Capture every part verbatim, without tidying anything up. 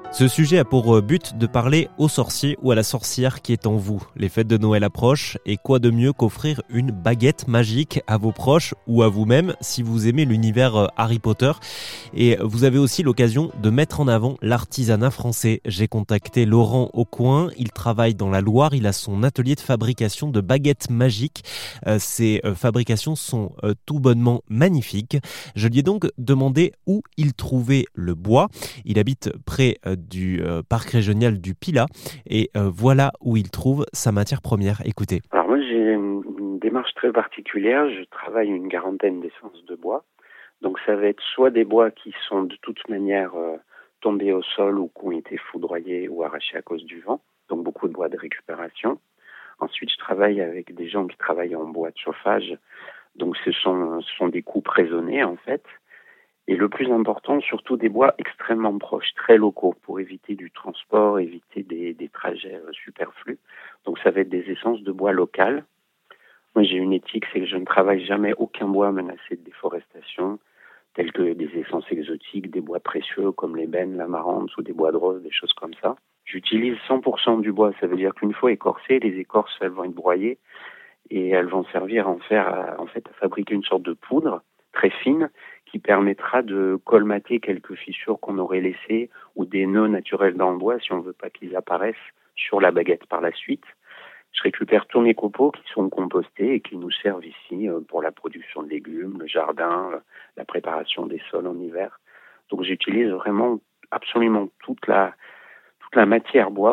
Ce sujet a pour but de parler au sorcier ou à la sorcière qui est en vous. Les fêtes de Noël approchent et quoi de mieux qu'offrir une baguette magique à vos proches ou à vous-même si vous aimez l'univers Harry Potter. Et vous avez aussi l'occasion de mettre en avant l'artisanat français. J'ai contacté Laurent Aucoin, il travaille dans la Loire, il a son atelier de fabrication de baguettes magiques. Euh, ces euh, fabrications sont euh, tout bonnement magnifiques. Je lui ai donc demandé où il trouvait le bois. Il habite près euh, du euh, parc régional du Pilat et euh, voilà où il trouve sa matière première. Écoutez. Alors moi j'ai une, une démarche très particulière, je travaille une quarantaine d'essences de bois, donc ça va être soit des bois qui sont de toute manière euh, tombés au sol ou qui ont été foudroyés ou arrachés à cause du vent, donc beaucoup de bois de récupération. Ensuite je travaille avec des gens qui travaillent en bois de chauffage, donc ce sont, ce sont des coupes raisonnées en fait. Et le plus important, surtout des bois extrêmement proches, très locaux, pour éviter du transport, éviter des, des trajets superflus. Donc ça va être des essences de bois locales. Moi j'ai une éthique, c'est que je ne travaille jamais aucun bois menacé de déforestation, tels que des essences exotiques, des bois précieux comme l'ébène, l'amarante ou des bois de rose, des choses comme ça. J'utilise cent pour cent du bois, ça veut dire qu'une fois écorcées, les écorces elles vont être broyées et elles vont servir à en faire, à, en fait, à fabriquer une sorte de poudre très fine qui permettra de colmater quelques fissures qu'on aurait laissées ou des nœuds naturels dans le bois si on ne veut pas qu'ils apparaissent sur la baguette par la suite. Je récupère tous mes copeaux qui sont compostés et qui nous servent ici pour la production de légumes, le jardin, la préparation des sols en hiver. Donc j'utilise vraiment absolument toute la, toute la matière bois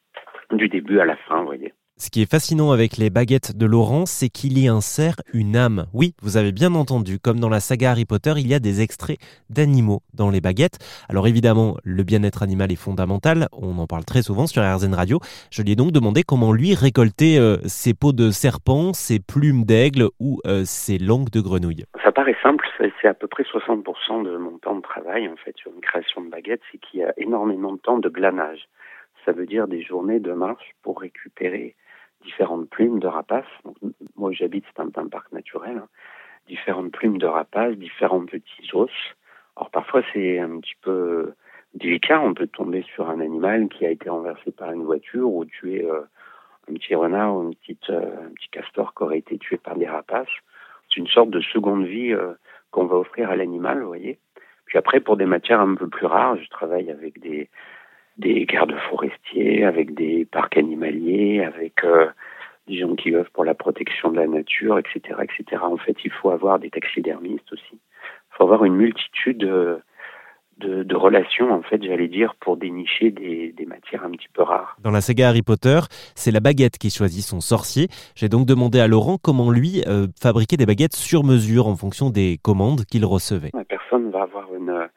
du début à la fin, vous voyez. Ce qui est fascinant avec les baguettes de Laurent, c'est qu'il y insère une âme. Oui, vous avez bien entendu, comme dans la saga Harry Potter, il y a des extraits d'animaux dans les baguettes. Alors évidemment, le bien-être animal est fondamental, on en parle très souvent sur R Z N Radio. Je lui ai donc demandé comment lui récoltait euh, ses peaux de serpent, ses plumes d'aigle ou euh, ses langues de grenouille. Ça paraît simple, c'est à peu près soixante pour cent de mon temps de travail en fait sur une création de baguettes, c'est qu'il y a énormément de temps de glanage. Ça veut dire des journées de marche pour récupérer différentes plumes de rapaces. Donc, moi, j'habite, c'est un, un parc naturel. Hein. Différentes plumes de rapaces, différents petits os. Alors, parfois, c'est un petit peu délicat. On peut tomber sur un animal qui a été renversé par une voiture ou tuer euh, un petit renard ou une petite, euh, un petit castor qui aurait été tué par des rapaces. C'est une sorte de seconde vie euh, qu'on va offrir à l'animal, vous voyez. Puis après, pour des matières un peu plus rares, je travaille avec des des gardes forestiers, avec des parcs animaliers, avec euh, des gens qui œuvrent pour la protection de la nature, et cetera, et cetera. En fait, il faut avoir des taxidermistes aussi. Il faut avoir une multitude de, de, de relations, en fait, j'allais dire, pour dénicher des, des matières un petit peu rares. Dans la saga Harry Potter, c'est la baguette qui choisit son sorcier. J'ai donc demandé à Laurent comment lui euh, fabriquait des baguettes sur mesure en fonction des commandes qu'il recevait. La personne va avoir une...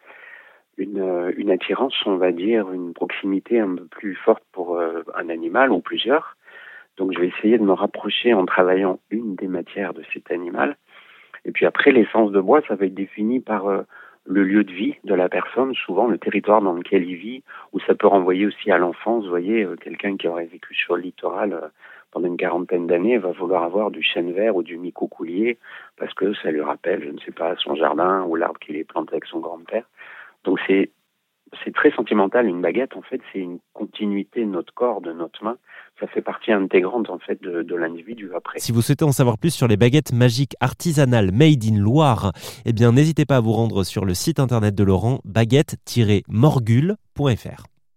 Une, une attirance, on va dire, une proximité un peu plus forte pour euh, un animal ou plusieurs. Donc je vais essayer de me rapprocher en travaillant une des matières de cet animal. Et puis après, l'essence de bois, ça va être défini par euh, le lieu de vie de la personne, souvent le territoire dans lequel il vit, ou ça peut renvoyer aussi à l'enfance. Vous voyez, euh, quelqu'un qui aurait vécu sur le littoral euh, pendant une quarantaine d'années va vouloir avoir du chêne vert ou du micocoulier parce que ça lui rappelle, je ne sais pas, son jardin ou l'arbre qu'il ait planté avec son grand-père. Donc c'est, c'est très sentimental, une baguette en fait, c'est une continuité de notre corps, de notre main. Ça fait partie intégrante en fait de, de l'individu après. Si vous souhaitez en savoir plus sur les baguettes magiques artisanales Made in Loire, eh bien n'hésitez pas à vous rendre sur le site internet de Laurent, baguette tiret morgule point f r.